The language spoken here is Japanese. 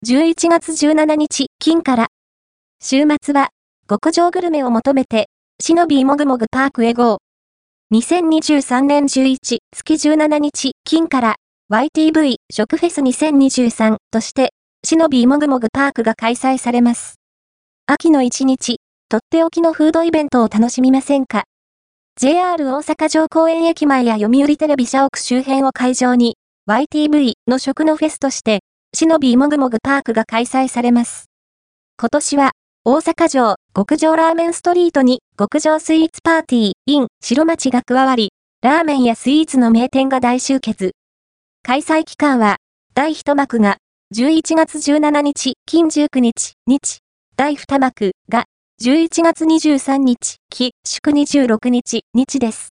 11月17日、金から。週末は、極上グルメを求めて、シノビーもぐもぐパークへ GO。2023年11月17日、金から、YTV 食フェス2023として、シノビーもぐもぐパークが開催されます。秋の一日、とっておきのフードイベントを楽しみませんか？ JR 大阪城公園駅前や読売テレビ社屋周辺を会場に、YTV の食のフェスとして、シノビーもぐもぐパークが開催されます。今年は、大阪城極上ラーメンストリートに極上スイーツパーティー in 白町が加わり、ラーメンやスイーツの名店が大集結。開催期間は、第1幕が11月17日、金19日、第2幕が11月23日、祝26日、日です。